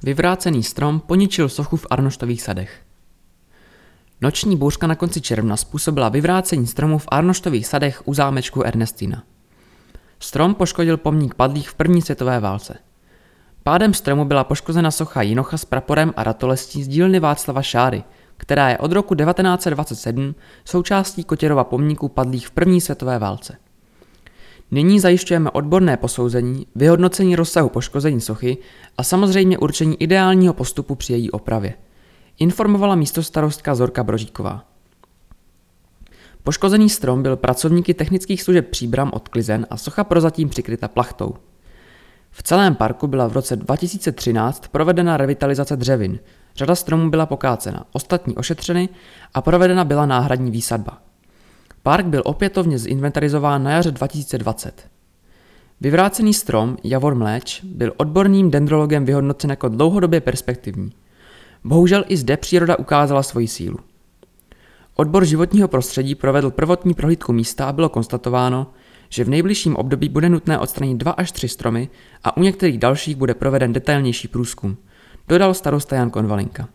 Vyvrácený strom poničil sochu v Arnoštových sadech. Noční bouřka na konci června způsobila vyvrácení stromu v Arnoštových sadech u zámečku Ernestina. Strom poškodil pomník padlých v první světové válce. Pádem stromu byla poškozena socha Jinocha s praporem a ratolestí z dílny Václava Šáry, která je od roku 1927 součástí Kotěrova pomníku padlých v první světové válce. Nyní zajišťujeme odborné posouzení, vyhodnocení rozsahu poškození sochy a samozřejmě určení ideálního postupu při její opravě, informovala místostarostka Zorka Brožíková. Poškozený strom byl pracovníky technických služeb Příbram odklizen a socha prozatím přikryta plachtou. V celém parku byla v roce 2013 provedena revitalizace dřevin, řada stromů byla pokácena, ostatní ošetřeny a provedena byla náhradní výsadba. Park byl opětovně zinventarizován na jaře 2020. Vyvrácený strom Javor Mléč byl odborným dendrologem vyhodnocen jako dlouhodobě perspektivní. Bohužel i zde příroda ukázala svoji sílu. Odbor životního prostředí provedl prvotní prohlídku místa a bylo konstatováno, že v nejbližším období bude nutné odstranit 2 až 3 stromy a u některých dalších bude proveden detailnější průzkum, dodal starosta Jan Konvalinka.